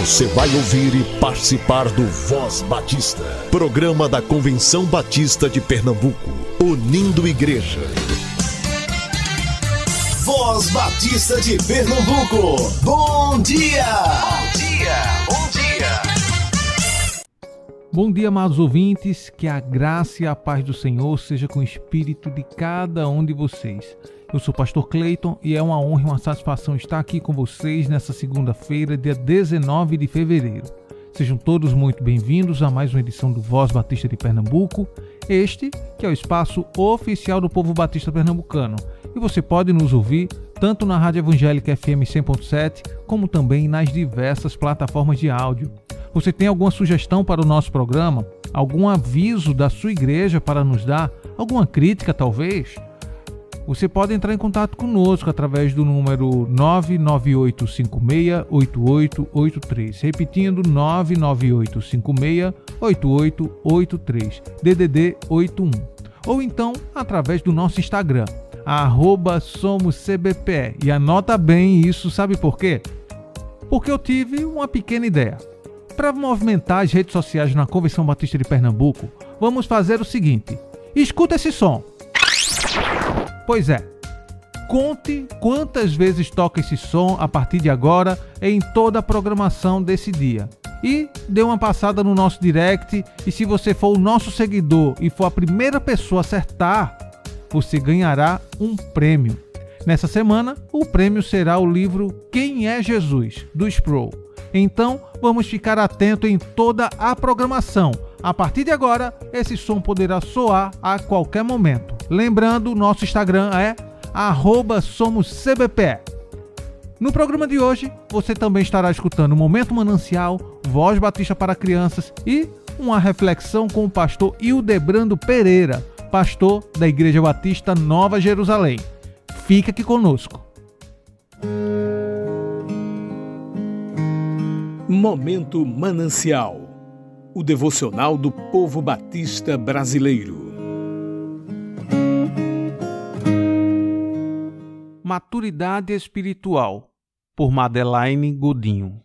Você vai ouvir e participar do Voz Batista, programa da Convenção Batista de Pernambuco, unindo igreja. Voz Batista de Pernambuco, bom dia! Bom dia, bom dia! Bom dia, amados ouvintes, que a graça e a paz do Senhor seja com o espírito de cada um de vocês. Eu sou o pastor Cleiton e é uma honra e uma satisfação estar aqui com vocês nessa segunda-feira, dia 19 de fevereiro. Sejam todos muito bem-vindos a mais uma edição do Voz Batista de Pernambuco, este que é o espaço oficial do povo batista pernambucano. E você pode nos ouvir tanto na Rádio Evangélica FM 100.7, como também nas diversas plataformas de áudio. Você tem alguma sugestão para o nosso programa? Algum aviso da sua igreja para nos dar? Alguma crítica, talvez? Você pode entrar em contato conosco através do número 998568883, repetindo 998568883, DDD 81. Ou então através do nosso Instagram, @somoscbpe. E anota bem isso, sabe por quê? Porque eu tive uma pequena ideia. Para movimentar as redes sociais na Convenção Batista de Pernambuco, vamos fazer o seguinte: escuta esse som. Pois é, conte quantas vezes toca esse som a partir de agora em toda a programação desse dia. E dê uma passada no nosso direct, e se você for o nosso seguidor e for a primeira pessoa a acertar, você ganhará um prêmio. Nessa semana, o prêmio será o livro Quem é Jesus, do Sproul. Então, vamos ficar atento em toda a programação. A partir de agora, esse som poderá soar a qualquer momento. Lembrando, nosso Instagram é @somoscbpe. No programa de hoje, você também estará escutando Momento Manancial, Voz Batista para Crianças e uma reflexão com o pastor Hildebrando Pereira, pastor da Igreja Batista Nova Jerusalém. Fica aqui conosco. Momento Manancial, o devocional do povo batista brasileiro. Maturidade Espiritual, por Madeleine Godinho.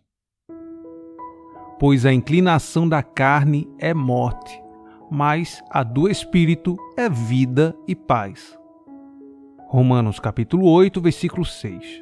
Pois a inclinação da carne é morte, mas a do Espírito é vida e paz. Romanos capítulo 8, versículo 6.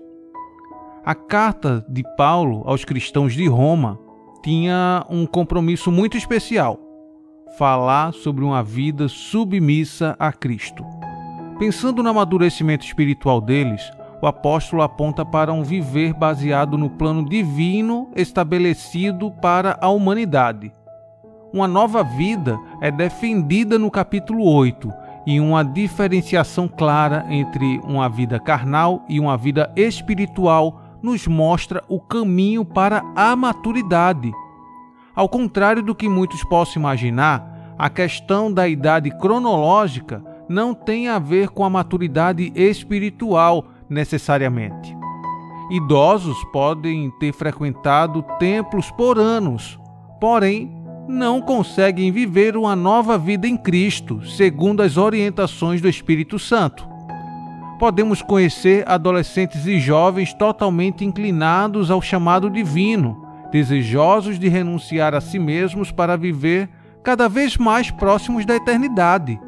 A carta de Paulo aos cristãos de Roma tinha um compromisso muito especial: falar sobre uma vida submissa a Cristo. Pensando no amadurecimento espiritual deles, o apóstolo aponta para um viver baseado no plano divino estabelecido para a humanidade. Uma nova vida é defendida no capítulo 8, e uma diferenciação clara entre uma vida carnal e uma vida espiritual nos mostra o caminho para a maturidade. Ao contrário do que muitos possam imaginar, a questão da idade cronológica não tem a ver com a maturidade espiritual necessariamente. Idosos podem ter frequentado templos por anos, porém não conseguem viver uma nova vida em Cristo, segundo as orientações do Espírito Santo. Podemos conhecer adolescentes e jovens totalmente inclinados ao chamado divino, desejosos de renunciar a si mesmos para viver cada vez mais próximos da eternidade.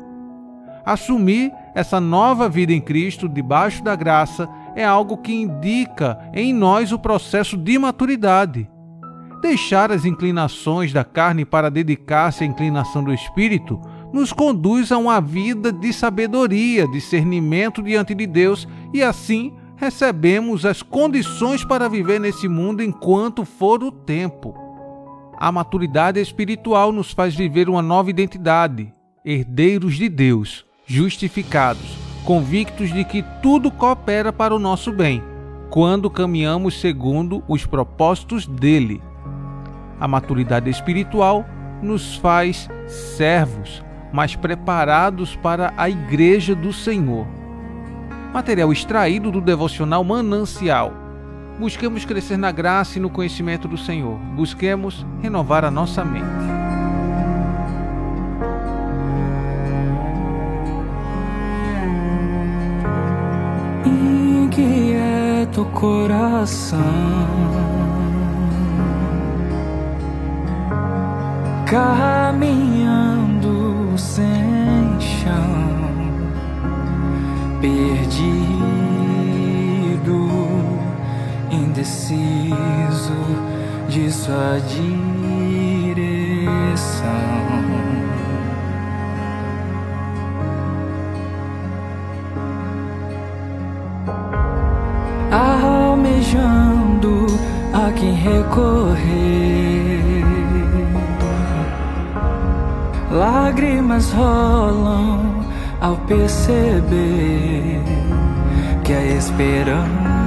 Assumir essa nova vida em Cristo, debaixo da graça, é algo que indica em nós o processo de maturidade. Deixar as inclinações da carne para dedicar-se à inclinação do Espírito nos conduz a uma vida de sabedoria, discernimento diante de Deus, e assim recebemos as condições para viver nesse mundo enquanto for o tempo. A maturidade espiritual nos faz viver uma nova identidade, herdeiros de Deus, justificados, convictos de que tudo coopera para o nosso bem, quando caminhamos segundo os propósitos dele. A maturidade espiritual nos faz servos, mas preparados para a Igreja do Senhor. Material extraído do devocional Manancial. Busquemos crescer na graça e no conhecimento do Senhor. Busquemos renovar a nossa mente. Inquieta o coração, caminhando sem chão, perdido, indeciso de sua direção. Almejando a quem recorrer, lágrimas rolam ao perceber que a esperança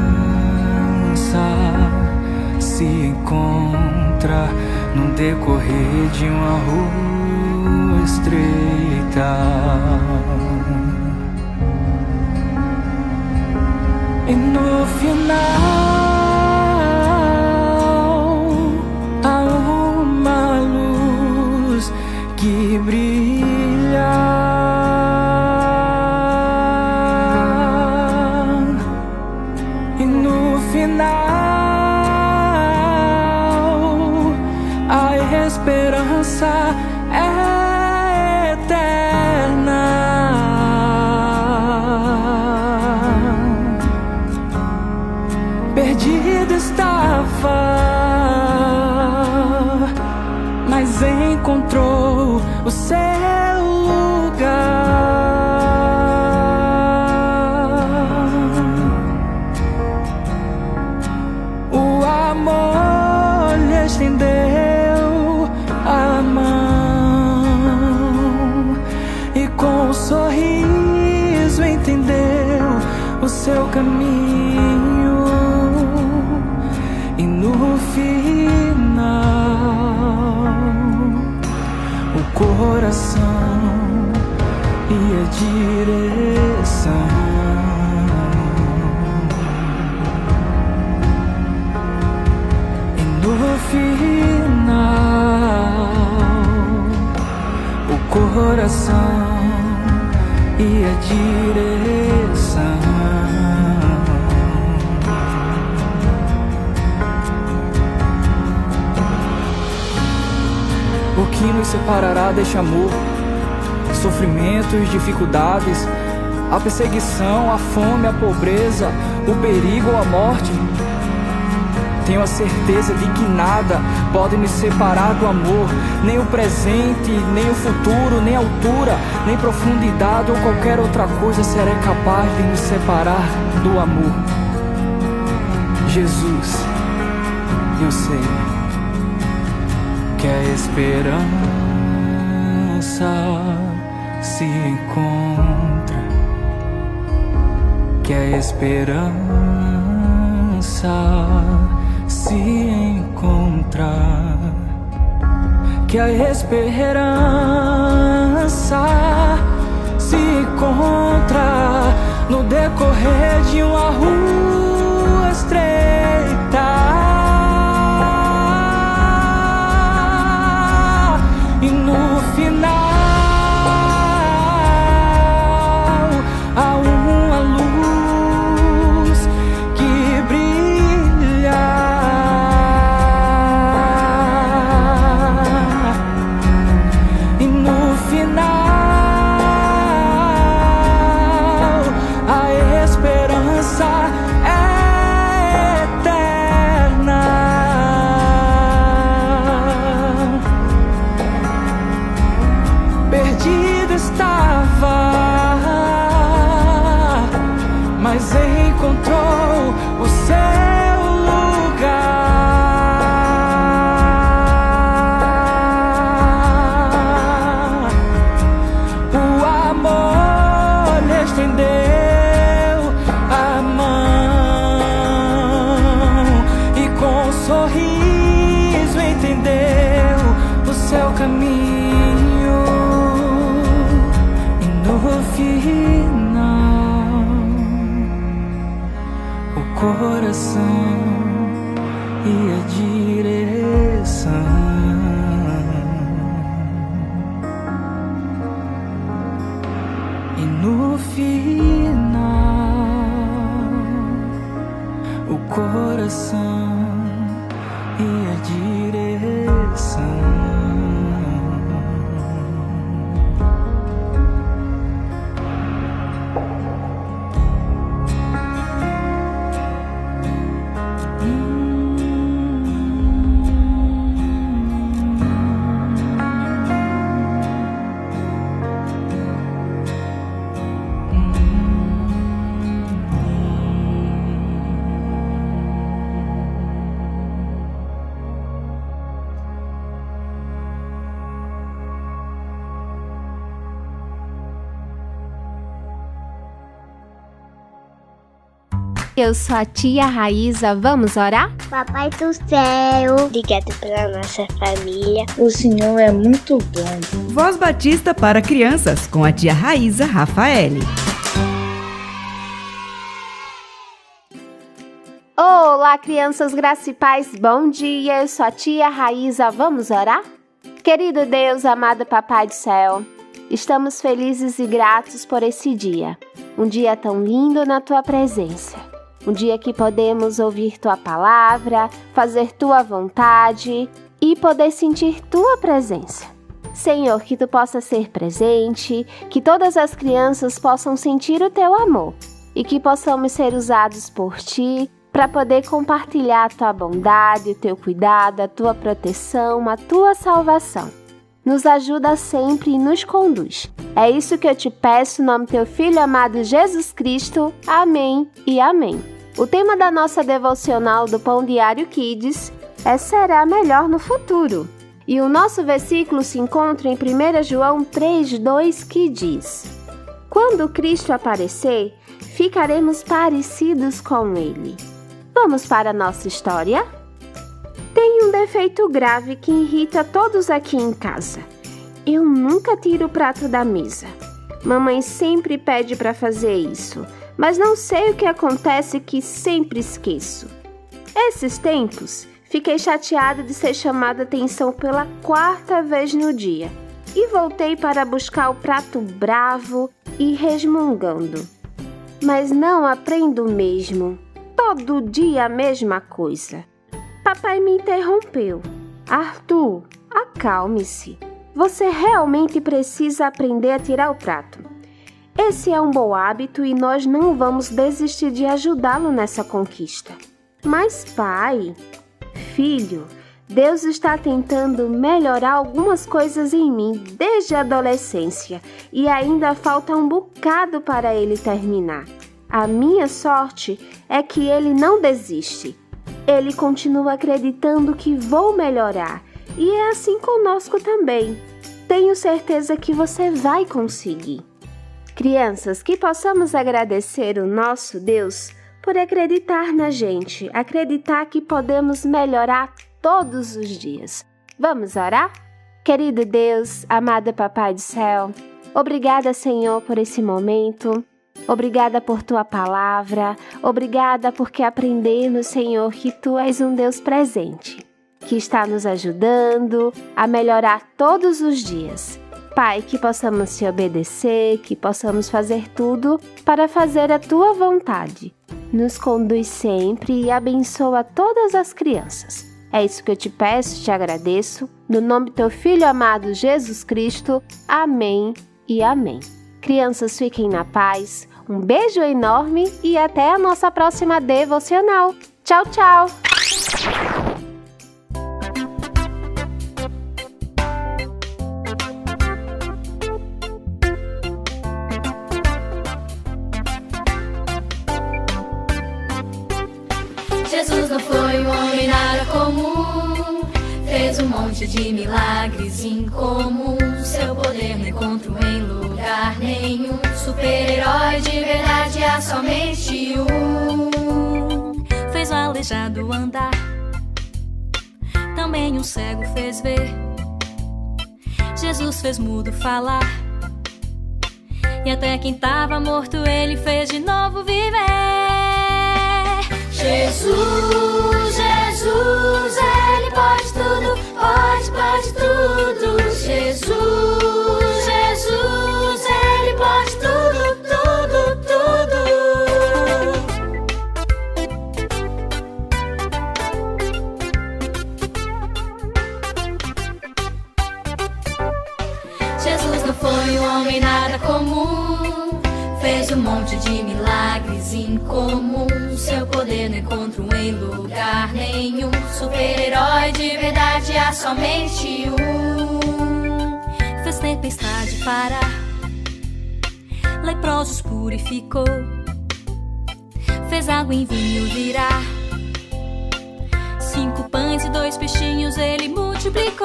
se encontra no decorrer de uma rua estreita. E no final há uma luz que brilha, e no final a esperança é eterna. Perdido estava, mas encontrou o seu lugar. O amor lhe estendeu a mão e com um sorriso entendeu o seu caminho. E no final o coração e a direção. E no final o coração e a direção. O que nos separará deste amor? Sofrimentos, dificuldades, a perseguição, a fome, a pobreza, o perigo ou a morte? Tenho a certeza de que nada pode nos separar do amor, nem o presente, nem o futuro, nem a altura, nem profundidade ou qualquer outra coisa será capaz de nos separar do amor. Jesus, eu sei que a esperança se encontra, que a esperança se encontra, que a esperança se encontra no decorrer de uma rua estreita. E no final há uma luz que brilha, e no final a esperança é eterna. Perdido estava, mas encontrou o seu lugar. O amor lhe estendeu a mão e com um sorriso entendeu o seu caminho. No final o coração e a direção. E no final o coração e a direção. Eu sou a tia Raíza, vamos orar? Papai do céu, obrigado pela nossa família. O Senhor é muito bom. Voz Batista para crianças, com a tia Raíza Rafaele. Olá, crianças, graça e paz, bom dia. Eu sou a tia Raíza, vamos orar? Querido Deus, amado Papai do céu, estamos felizes e gratos por esse dia. Um dia tão lindo na Tua presença. Um dia que podemos ouvir Tua palavra, fazer Tua vontade e poder sentir Tua presença. Senhor, que Tu possa ser presente, que todas as crianças possam sentir o Teu amor e que possamos ser usados por Ti para poder compartilhar a Tua bondade, o Teu cuidado, a Tua proteção, a Tua salvação. Nos ajuda sempre e nos conduz. É isso que eu te peço, em nome do Teu Filho amado Jesus Cristo. Amém e amém. O tema da nossa devocional do Pão Diário Kids é Será Melhor no Futuro. E o nosso versículo se encontra em 1 João 3,2, que diz: Quando Cristo aparecer, ficaremos parecidos com Ele. Vamos para a nossa história? Tem um defeito grave que irrita todos aqui em casa. Eu nunca tiro o prato da mesa. Mamãe sempre pede para fazer isso, mas não sei o que acontece que sempre esqueço. Esses tempos, fiquei chateada de ser chamada a atenção pela 4ª vez no dia e voltei para buscar o prato bravo e resmungando. Mas não aprendo mesmo. Todo dia a mesma coisa. Papai me interrompeu. Arthur, acalme-se. Você realmente precisa aprender a tirar o prato. Esse é um bom hábito e nós não vamos desistir de ajudá-lo nessa conquista. Mas pai, filho, Deus está tentando melhorar algumas coisas em mim desde a adolescência e ainda falta um bocado para ele terminar. A minha sorte é que ele não desiste. Ele continua acreditando que vou melhorar e é assim conosco também. Tenho certeza que você vai conseguir. Crianças, que possamos agradecer o nosso Deus por acreditar na gente, acreditar que podemos melhorar todos os dias. Vamos orar? Querido Deus, amado Papai do céu, obrigada, Senhor, por esse momento. Obrigada por Tua palavra, obrigada porque aprendemos, Senhor, que Tu és um Deus presente, que está nos ajudando a melhorar todos os dias. Pai, que possamos Te obedecer, que possamos fazer tudo para fazer a Tua vontade. Nos conduz sempre e abençoa todas as crianças. É isso que eu te peço, te agradeço, no nome do Teu Filho amado Jesus Cristo. Amém e amém. Crianças, fiquem na paz. Um beijo enorme e até a nossa próxima devocional. Tchau, tchau! Jesus não foi um homem nada comum, fez um monte de milagres incomuns. Seu poder não encontro em lugar nenhum. Super-herói de verdade há somente um. Fez o aleijado andar, também um cego fez ver. Jesus fez mudo falar, e até quem tava morto ele fez de novo viver. Jesus, Jesus, Ele pode tudo, pode tudo. Jesus, Jesus, Ele pode tudo, tudo, tudo. Jesus não foi um homem nada comum, fez um monte de milagres incomuns. Seu poder não encontro em lugar nenhum. Super-herói de verdade há somente um. Fez tempestade parar, leprosos purificou, fez água em vinho virar. 5 pães e 2 peixinhos ele multiplicou.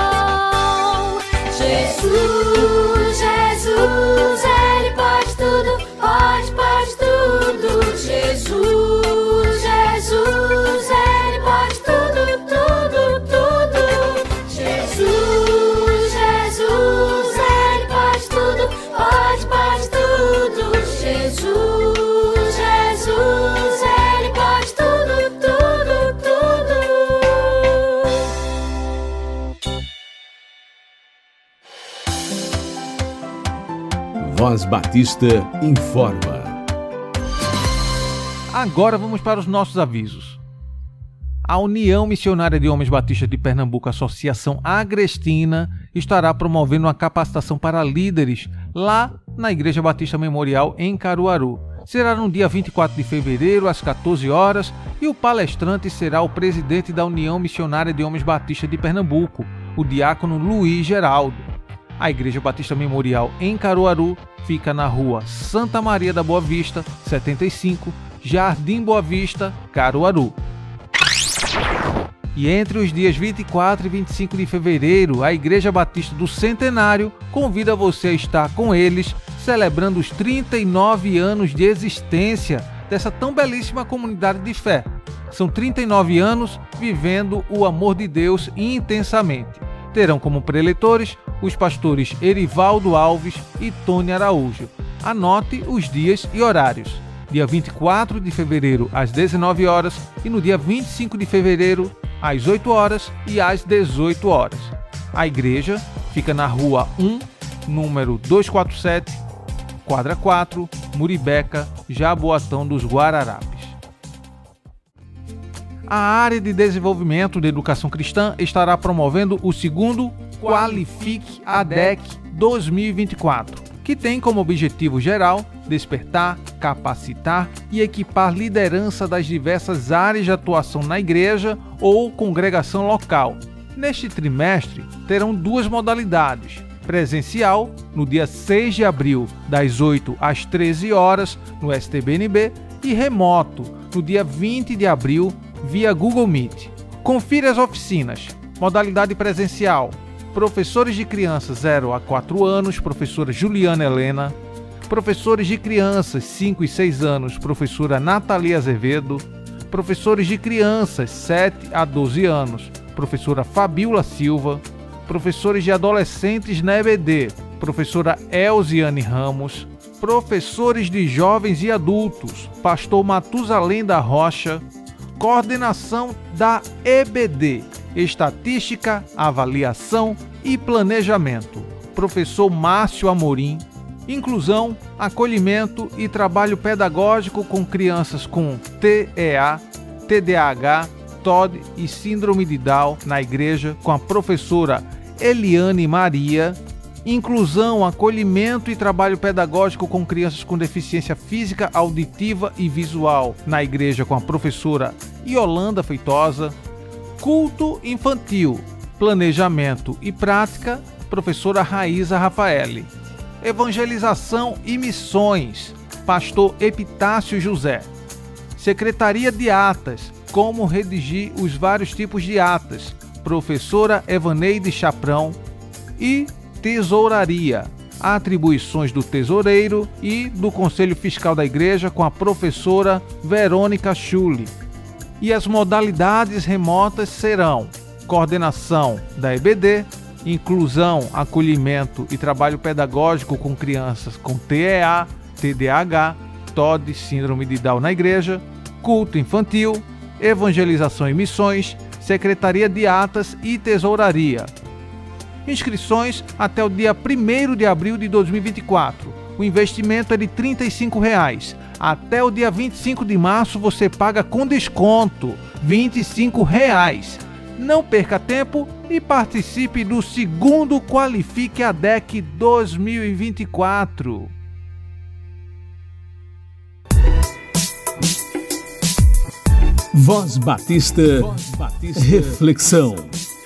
Jesus, Jesus, Ele pode tudo, pode tudo. Jesus, Voz Batista informa. Agora vamos para os nossos avisos. A União Missionária de Homens Batistas de Pernambuco, Associação Agrestina, estará promovendo uma capacitação para líderes lá na Igreja Batista Memorial em Caruaru. Será no dia 24 de fevereiro, às 14 horas, e o palestrante será o presidente da União Missionária de Homens Batistas de Pernambuco, o diácono Luiz Geraldo. A Igreja Batista Memorial em Caruaru fica na rua Santa Maria da Boa Vista, 75, Jardim Boa Vista, Caruaru. E entre os dias 24 e 25 de fevereiro, a Igreja Batista do Centenário convida você a estar com eles, celebrando os 39 anos de existência dessa tão belíssima comunidade de fé. São 39 anos vivendo o amor de Deus intensamente. Terão como preletores os pastores Erivaldo Alves e Tony Araújo. Anote os dias e horários. Dia 24 de fevereiro às 19 horas e no dia 25 de fevereiro às 8 horas e às 18 horas. A igreja fica na rua 1, número 247, quadra 4, Muribeca, Jaboatão dos Guararapes. A área de desenvolvimento de educação cristã estará promovendo o segundo Qualifique ADEC 2024, que tem como objetivo geral despertar, capacitar e equipar liderança das diversas áreas de atuação na igreja ou congregação local. Neste trimestre, terão duas modalidades: presencial, no dia 6 de abril, das 8 às 13 horas, no STBNB, e remoto, no dia 20 de abril, via Google Meet. Confira as oficinas. Modalidade presencial: professores de crianças 0 a 4 anos, professora Juliana Helena; professores de crianças 5 e 6 anos, professora Natalia Azevedo; professores de crianças 7 a 12 anos, professora Fabiola Silva; professores de adolescentes na EBD, professora Elziane Ramos; professores de jovens e adultos, pastor Matusalém da Rocha; coordenação da EBD, Estatística, Avaliação e Planejamento, professor Márcio Amorim; inclusão, acolhimento e trabalho pedagógico com crianças com TEA, TDAH, TOD e Síndrome de Down na igreja, com a professora Eliane Maria; inclusão, acolhimento e trabalho pedagógico com crianças com deficiência física, auditiva e visual na igreja, com a professora Yolanda Feitosa; culto infantil, planejamento e prática, professora Raíza Rafaeli; evangelização e missões, pastor Epitácio José; secretaria de atas, como redigir os vários tipos de atas, professora Evaneide Chaprão; e tesouraria, atribuições do tesoureiro e do Conselho Fiscal da Igreja, com a professora Verônica Schulli. E as modalidades remotas serão coordenação da EBD, inclusão, acolhimento e trabalho pedagógico com crianças com TEA, TDAH, TOD, Síndrome de Down na igreja, culto infantil, evangelização e missões, secretaria de atas e tesouraria. Inscrições até o dia 1º de abril de 2024. O investimento é de R$ 35. Até o dia 25 de março você paga com desconto R$ 25. Não perca tempo e participe do segundo Qualifique ADEC 2024. Voz Batista, Reflexão.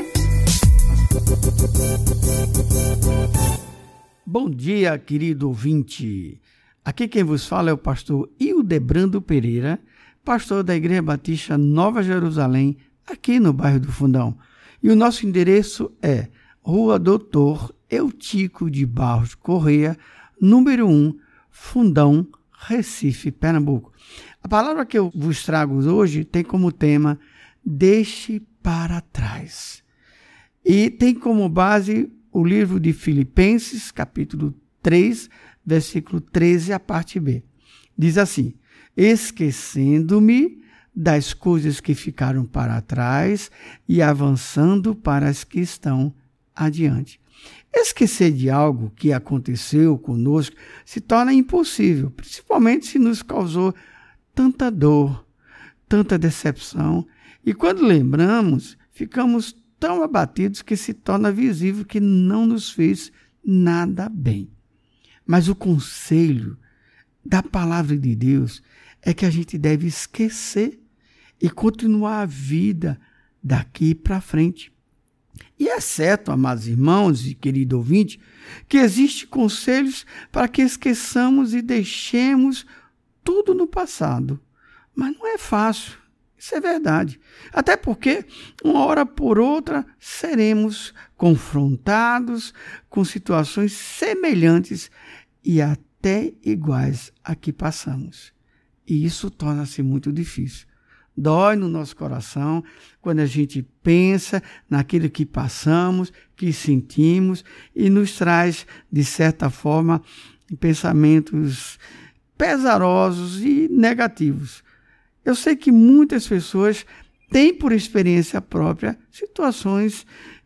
Bom dia, querido ouvinte. Aqui quem vos fala é o pastor Hildebrando Pereira, pastor da Igreja Batista Nova Jerusalém, aqui no bairro do Fundão. E o nosso endereço é Rua Doutor Eutico de Barros Correia, número 1, Fundão, Recife, Pernambuco. A palavra que eu vos trago hoje tem como tema Deixe para trás. E tem como base o livro de Filipenses, capítulo 3, versículo 13, a parte B. Diz assim: esquecendo-me das coisas que ficaram para trás e avançando para as que estão adiante. Esquecer de algo que aconteceu conosco se torna impossível, principalmente se nos causou tanta dor, tanta decepção. E quando lembramos, ficamos tão abatidos que se torna visível que não nos fez nada bem. Mas o conselho da palavra de Deus é que a gente deve esquecer e continuar a vida daqui para frente. E é certo, amados irmãos e querido ouvinte, que existem conselhos para que esqueçamos e deixemos tudo no passado. Mas não é fácil, isso é verdade. Até porque, uma hora por outra, seremos confrontados com situações semelhantes e até iguais a que passamos. E isso torna-se muito difícil. Dói no nosso coração quando a gente pensa naquilo que passamos, que sentimos e nos traz, de certa forma, pensamentos pesarosos e negativos. Eu sei que muitas pessoas têm por experiência própria situações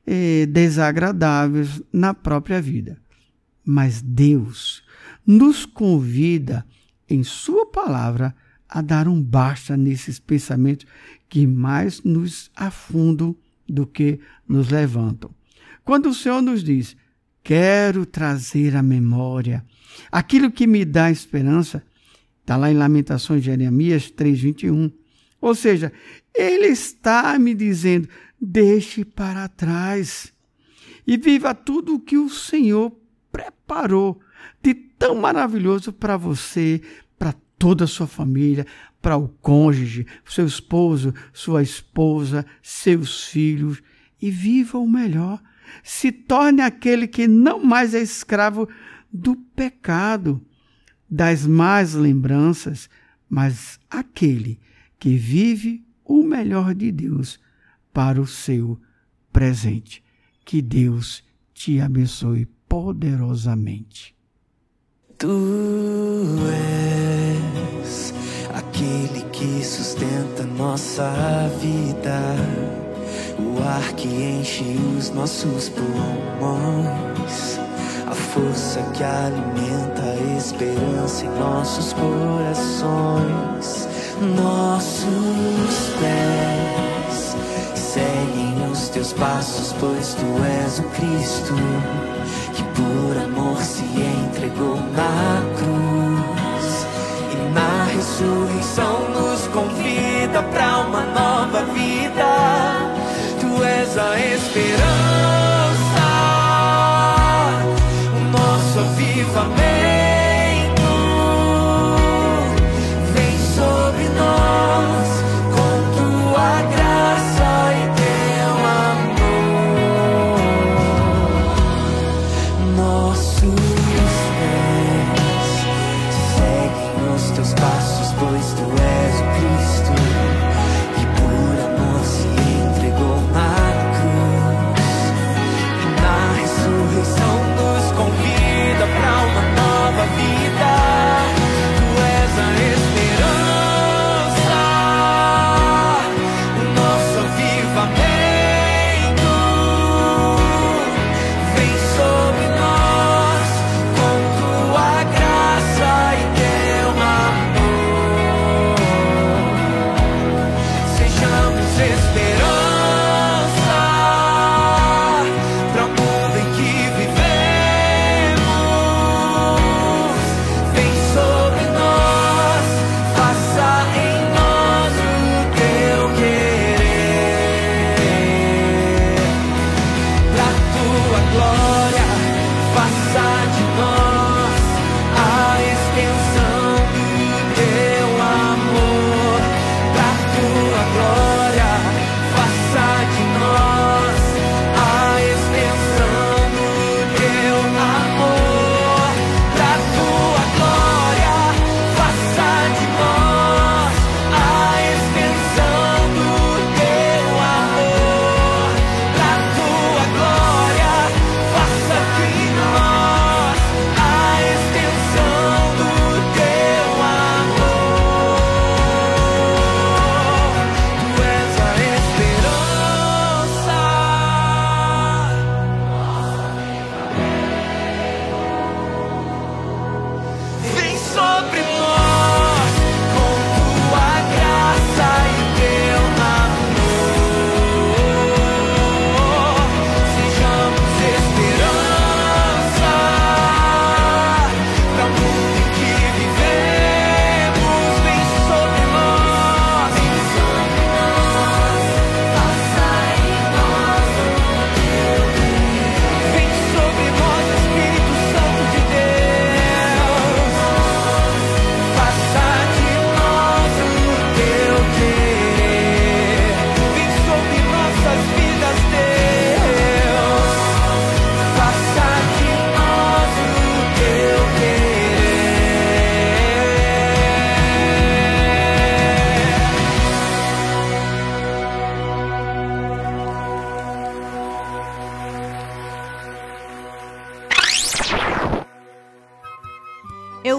desagradáveis na própria vida. Mas Deus nos convida em sua palavra a dar um basta nesses pensamentos que mais nos afundam do que nos levantam. Quando o Senhor nos diz, quero trazer à memória aquilo que me dá esperança, está lá em Lamentações de Jeremias 3:21. Ou seja, Ele está me dizendo, deixe para trás e viva tudo o que o Senhor preparou de tão maravilhoso para você, para toda a sua família, para o cônjuge, seu esposo, sua esposa, seus filhos, e viva o melhor. Se torne aquele que não mais é escravo do pecado, das más lembranças, mas aquele que vive o melhor de Deus para o seu presente. Que Deus te abençoe poderosamente. Tu és aquele que sustenta nossa vida, o ar que enche os nossos pulmões, a força que alimenta a esperança em nossos corações. Nossos pés seguem os teus passos, pois tu és o Cristo que por amor se entregou na cruz e na ressurreição nos convida para uma nova vida. Tu és a esperança, o nosso avivamento. Vem sobre nós com tua graça e teu amor. Nossos pés seguem os teus passos, pois tu és o Cristo que por amor se entregou na cruz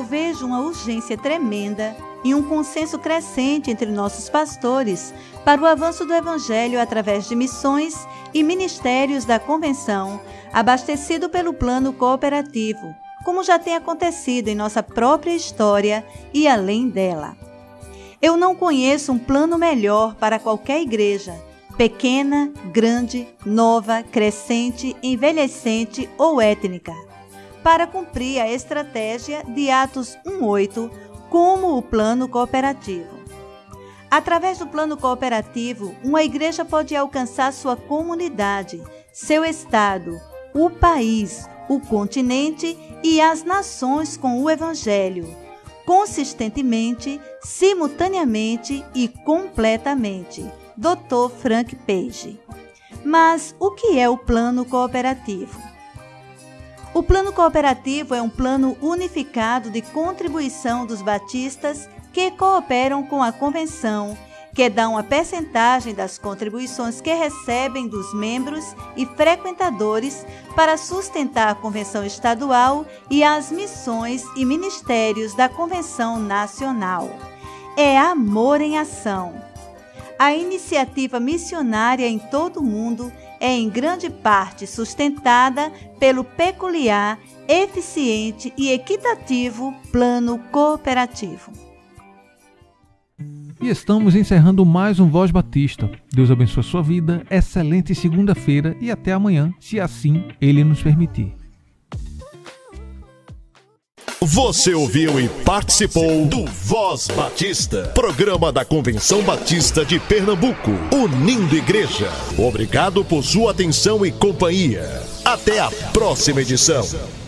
eu vejo uma urgência tremenda e um consenso crescente entre nossos pastores para o avanço do Evangelho através de missões e ministérios da Convenção, abastecido pelo plano cooperativo, como já tem acontecido em nossa própria história e além dela. Eu não conheço um plano melhor para qualquer igreja, pequena, grande, nova, crescente, envelhecente ou étnica, para cumprir a estratégia de Atos 1:8, como o plano cooperativo. Através do plano cooperativo, uma igreja pode alcançar sua comunidade, seu estado, o país, o continente e as nações com o Evangelho, consistentemente, simultaneamente e completamente. Dr. Frank Page. Mas o que é o plano cooperativo? O plano cooperativo é um plano unificado de contribuição dos batistas que cooperam com a convenção, que dá uma percentagem das contribuições que recebem dos membros e frequentadores para sustentar a convenção estadual e as missões e ministérios da convenção nacional. É amor em ação. A iniciativa missionária em todo o mundo é em grande parte sustentada pelo peculiar, eficiente e equitativo plano cooperativo. E estamos encerrando mais um Voz Batista. Deus abençoe a sua vida, excelente segunda-feira e até amanhã, se assim Ele nos permitir. Você ouviu e participou do Voz Batista, programa da Convenção Batista de Pernambuco, unindo igreja. Obrigado por sua atenção e companhia. Até a próxima edição.